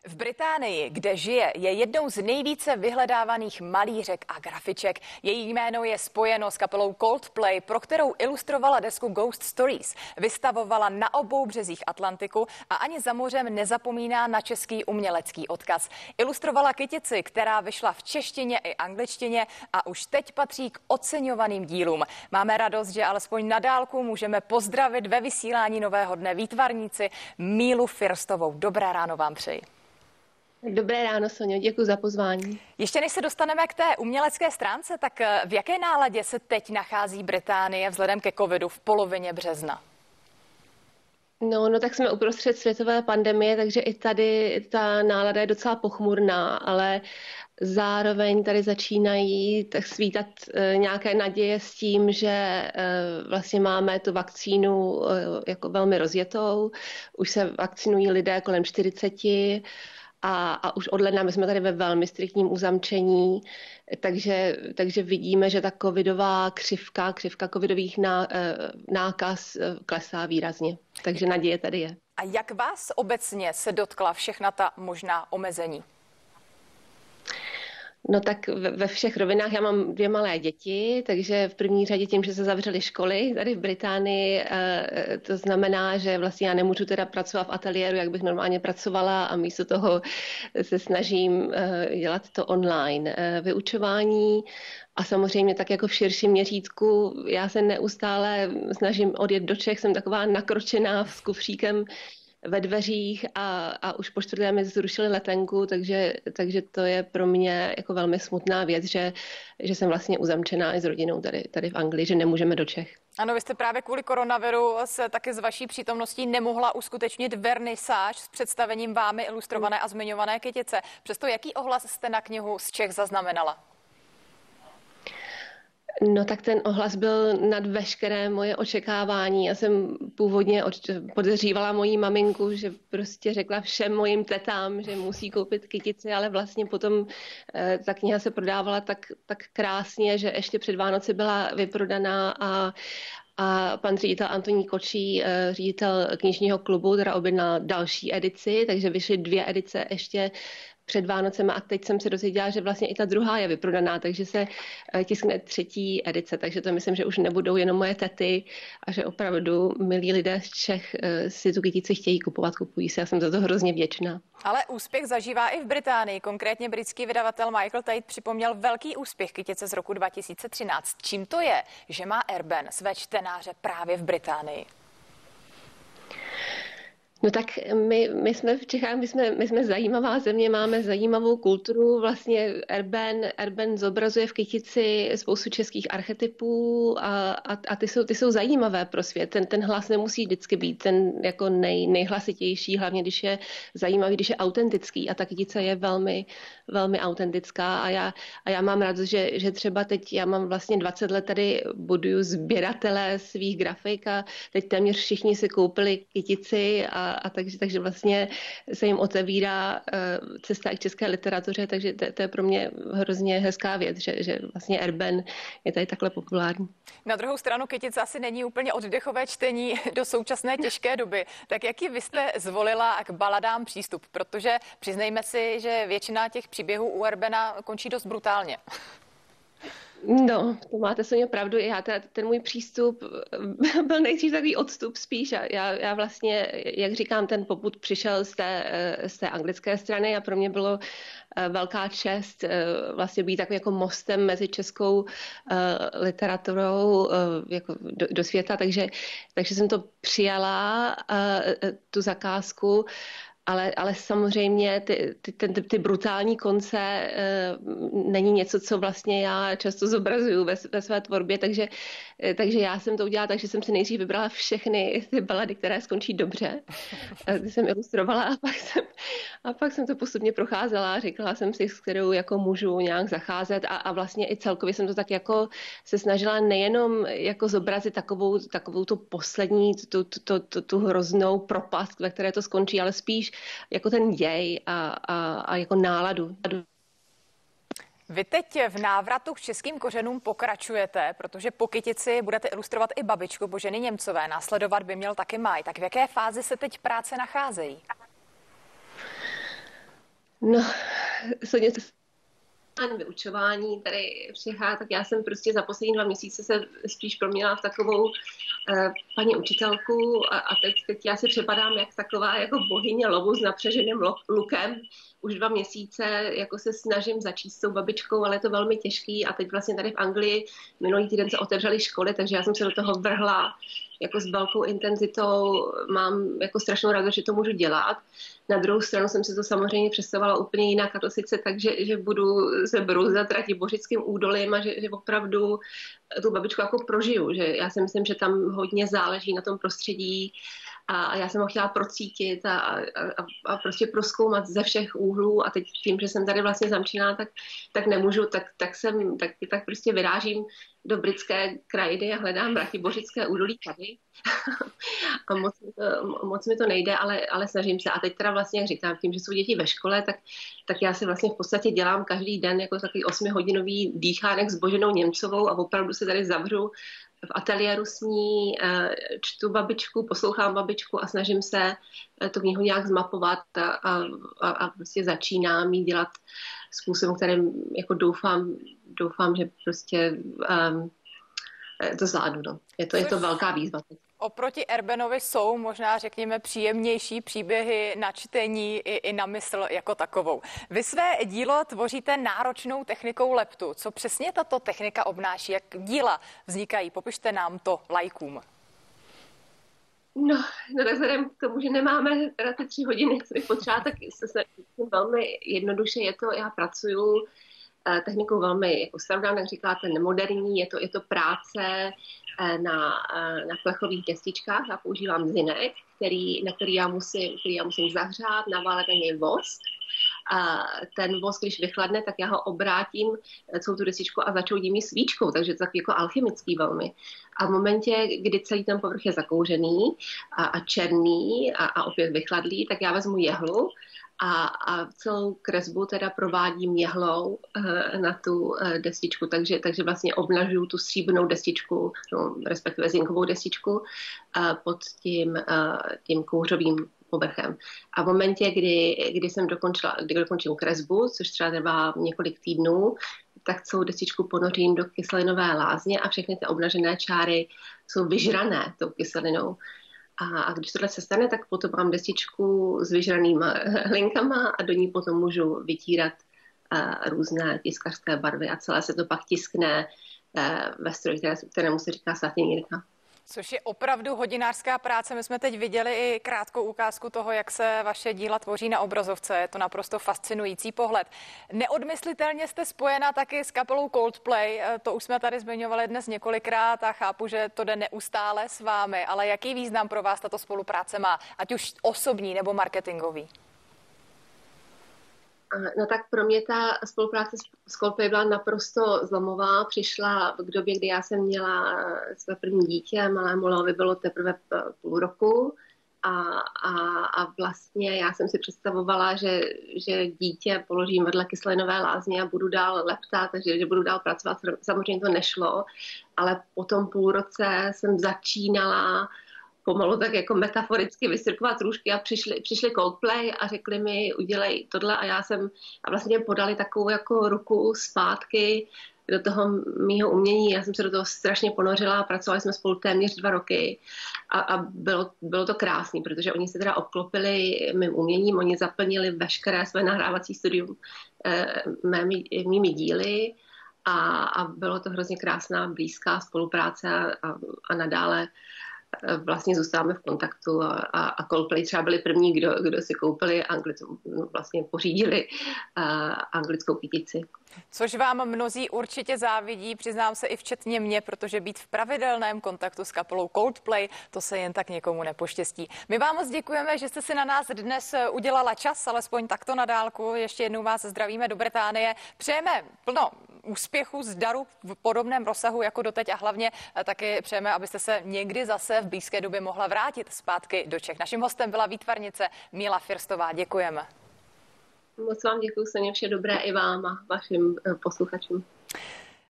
V Británii, kde žije, je jednou z nejvíce vyhledávaných malířek a grafiček. Její jméno je spojeno s kapelou Coldplay, pro kterou ilustrovala desku Ghost Stories. Vystavovala na obou březích Atlantiku a ani za mořem nezapomíná na český umělecký odkaz. Ilustrovala kytici, která vyšla v češtině i angličtině a už teď patří k oceňovaným dílům. Máme radost, že alespoň na dálku můžeme pozdravit ve vysílání Nového dne výtvarnici Mílu Firstovou. Dobré ráno vám přeji. Dobré ráno, Sonjo, děkuji za pozvání. Ještě než se dostaneme k té umělecké stránce, tak v jaké náladě se teď nachází Británie vzhledem ke covidu v polovině března? No tak jsme uprostřed světové pandemie, takže i tady ta nálada je docela pochmurná, ale zároveň tady začínají tak svítat nějaké naděje s tím, že vlastně máme tu vakcínu jako velmi rozjetou. Už se vakcinují lidé kolem 40 a už od ledna my jsme tady ve velmi striktním uzamčení, takže vidíme, že ta covidová křivka covidových nákaz klesá výrazně. Takže naděje tady je. A jak vás obecně se dotkla všechna ta možná omezení? No tak ve všech rovinách. Já mám 2 malé děti, takže v první řadě tím, že se zavřely školy tady v Británii, to znamená, že vlastně já nemůžu teda pracovat v ateliéru, jak bych normálně pracovala, a místo toho se snažím dělat to online vyučování. A samozřejmě tak jako v širším měřítku, já se neustále snažím odjet do Čech, jsem taková nakročená s kufříkem ve dveřích a už po 4. mi zrušili letenku, takže to je pro mě jako velmi smutná věc, že jsem vlastně uzamčená i s rodinou tady v Anglii, že nemůžeme do Čech. Ano, vy jste právě kvůli koronaviru se taky z vaší přítomností nemohla uskutečnit vernisáž s představením vámi ilustrované a zmiňované kytice. Přesto jaký ohlas jste na knihu z Čech zaznamenala? No tak ten ohlas byl nad veškeré moje očekávání. Já jsem původně podezřívala moji maminku, že prostě řekla všem mojim tetám, že musí koupit kytici, ale vlastně potom ta kniha se prodávala tak krásně, že ještě před Vánoci byla vyprodaná a pan ředitel Antonín Kočí, ředitel knižního klubu, teda objednal další edici, takže vyšly 2 edice ještě před Vánocem a teď jsem se dozvěděla, že vlastně i ta druhá je vyprodaná, takže se tiskne 3. edice, takže to myslím, že už nebudou jenom moje tety a že opravdu milí lidé z Čech si tu kytici chtějí kupovat, kupují si. Já jsem za to hrozně vděčná. Ale úspěch zažívá i v Británii. Konkrétně britský vydavatel Michael Tate připomněl velký úspěch kytice z roku 2013. Čím to je, že má Urban své čtenáře právě v Británii? No tak my jsme v Čechách, my jsme zajímavá země, máme zajímavou kulturu. Vlastně Urban zobrazuje v kytici spoustu českých archetypů a ty jsou zajímavé pro svět. Ten hlas nemusí vždycky být ten jako nejhlasitější, hlavně když je zajímavý, když je autentický. A ta kytice je velmi, velmi autentická a já mám radost, že třeba teď já mám vlastně 20 let tady buduju sběratele svých grafik a teď téměř všichni si koupili kytici a takže vlastně se jim otevírá cesta i k české literatuře, takže to je pro mě hrozně hezká věc, že vlastně Urban je tady takhle populární. Na druhou stranu kytice asi není úplně oddechové čtení do současné těžké doby. Tak jaký vy jste zvolila k baladám přístup? Protože přiznejme si, že většina těch příběhů u Urbana končí dost brutálně. No, to máte Sonja pravdu. Ten můj přístup byl nejdřív takový odstup spíš. Já vlastně, jak říkám, ten popud přišel z té anglické strany a pro mě bylo velká čest vlastně být takovým jako mostem mezi českou literaturou jako do světa, takže jsem to přijala, tu zakázku. Ale samozřejmě ty brutální konce není něco, co vlastně já často zobrazuju ve své tvorbě, takže já jsem to udělala, takže jsem si nejdřív vybrala všechny ty balady, které skončí dobře. Ty jsem ilustrovala a pak jsem to postupně procházela a říkala jsem si, s kterou jako můžu nějak zacházet a vlastně i celkově jsem to tak jako se snažila nejenom jako zobrazit takovou tu poslední, tu hroznou propast, ve které to skončí, ale spíš jako ten děj a jako náladu. Vy teď v návratu k českým kořenům pokračujete, protože po kytici budete ilustrovat i babičku Boženy Němcové. Následovat by měl taky Maj. Tak v jaké fázi se teď práce nacházejí? No, Soně, vyučování tady v Čechách, tak já jsem prostě za poslední 2 měsíce se spíš proměnila v takovou paní učitelku a teď já si připadám jak taková jako bohyně lovu s napřeženým lukem. Už 2 měsíce jako se snažím začít s tou babičkou, ale je to velmi těžký a teď vlastně tady v Anglii minulý týden se otevřely školy, takže já jsem se do toho vrhla jako s velkou intenzitou, mám jako strašnou radost, že to můžu dělat. Na druhou stranu jsem si to samozřejmě představovala úplně jinak, a to sice tak, že budu se brouzdat Ratibořickým údolím a že opravdu tu babičku jako prožiju. Že já si myslím, že tam hodně záleží na tom prostředí a já jsem ho chtěla procítit a prostě prozkoumat ze všech úhlů a teď tím, že jsem tady vlastně zamčená, tak nemůžu, tak prostě vyrážím do britské krajiny a hledám Ratibořické údolí tady. A moc mi to nejde, ale snažím se. A teď teda vlastně, jak říkám, tím, že jsou děti ve škole, tak já si vlastně v podstatě dělám každý den jako takový 8hodinový dýchánek s Boženou Němcovou a opravdu se tady zavřu v ateliéru s ní, čtu babičku, poslouchám babičku a snažím se tu knihu nějak zmapovat a prostě začínám ji dělat způsobem, kterým jako doufám, že prostě to zvládnu. No. Je to velká výzva. Oproti Erbenovi jsou možná, řekněme, příjemnější příběhy na čtení i na mysl jako takovou. Vy své dílo tvoříte náročnou technikou leptu. Co přesně tato technika obnáší? Jak díla vznikají? Popište nám to laikům. No tak vzhledem k tomu, že nemáme teda ty 3 hodiny, co bych potřeba, tak se velmi jednoduše já pracuju technikou velmi jako starodávnou, jak říkáte, nemoderní, je to práce na plechových destičkách. Já používám zinek, na který já musím zahřát, naválet na něj vosk. A ten vosk, když vychladne, tak já ho obrátím celou tu destičku a začoudím ji svíčkou, takže to je takový jako alchemický velmi. A v momentě, kdy celý ten povrch je zakouřený a černý a opět vychladlý, tak já vezmu jehlu a celou kresbu teda provádím jehlou na tu destičku, takže vlastně obnažuju tu stříbrnou destičku, no, respektive zinkovou destičku pod tím kouřovým povrchem. A v momentě, kdy dokončím kresbu, což třeba trvá několik týdnů, tak celou destičku ponořím do kyselinové lázně a všechny ty obnažené čáry jsou vyžrané tou kyselinou. A když tohle se stane, tak potom mám destičku s vyžranýma hlinkama a do ní potom můžu vytírat různé tiskařské barvy a celé se to pak tiskne ve stroji, kterému se říká satinírka. Což je opravdu hodinářská práce. My jsme teď viděli i krátkou ukázku toho, jak se vaše díla tvoří na obrazovce. Je to naprosto fascinující pohled. Neodmyslitelně jste spojena taky s kapelou Coldplay. To už jsme tady zmiňovali dnes několikrát a chápu, že to jde neustále s vámi. Ale jaký význam pro vás tato spolupráce má, ať už osobní nebo marketingový? No tak pro mě ta spolupráce s Coldplay byla naprosto zlomová. Přišla v době, kdy já jsem měla své první dítě, malému Leovi bylo teprve půl roku a vlastně já jsem si představovala, že dítě položím vedle kyselinové lázně a budu dál leptat, takže že budu dál pracovat. Samozřejmě to nešlo, ale po tom půl roce jsem začínala pomalu tak jako metaforicky vystrkovat růžky a přišli Coldplay a řekli mi, udělej tohle a vlastně podali takovou jako ruku zpátky do toho mýho umění. Já jsem se do toho strašně ponořila a pracovali jsme spolu téměř 2 roky a bylo to krásný, protože oni se teda obklopili mým uměním, oni zaplnili veškeré své nahrávací studium mými díly a bylo to hrozně krásná, blízká spolupráce a nadále vlastně zůstáváme v kontaktu a Coldplay třeba byli první, kdo si koupili vlastně pořídili anglickou kytici. Což vám mnozí určitě závidí, přiznám se i včetně mě, protože být v pravidelném kontaktu s kapelou Coldplay, to se jen tak někomu nepoštěstí. My vám moc děkujeme, že jste si na nás dnes udělala čas, alespoň takto na dálku. Ještě jednou vás zdravíme do Británie. Přejeme plno úspěchu, zdaru v podobném rozsahu jako doteď a hlavně taky přejeme, abyste se někdy zase v blízké době mohla vrátit zpátky do Čech. Naším hostem byla výtvarnice Míla Firstová. Děkujeme. Moc vám děkuji, Soně, vše dobré i vám a vašim posluchačům.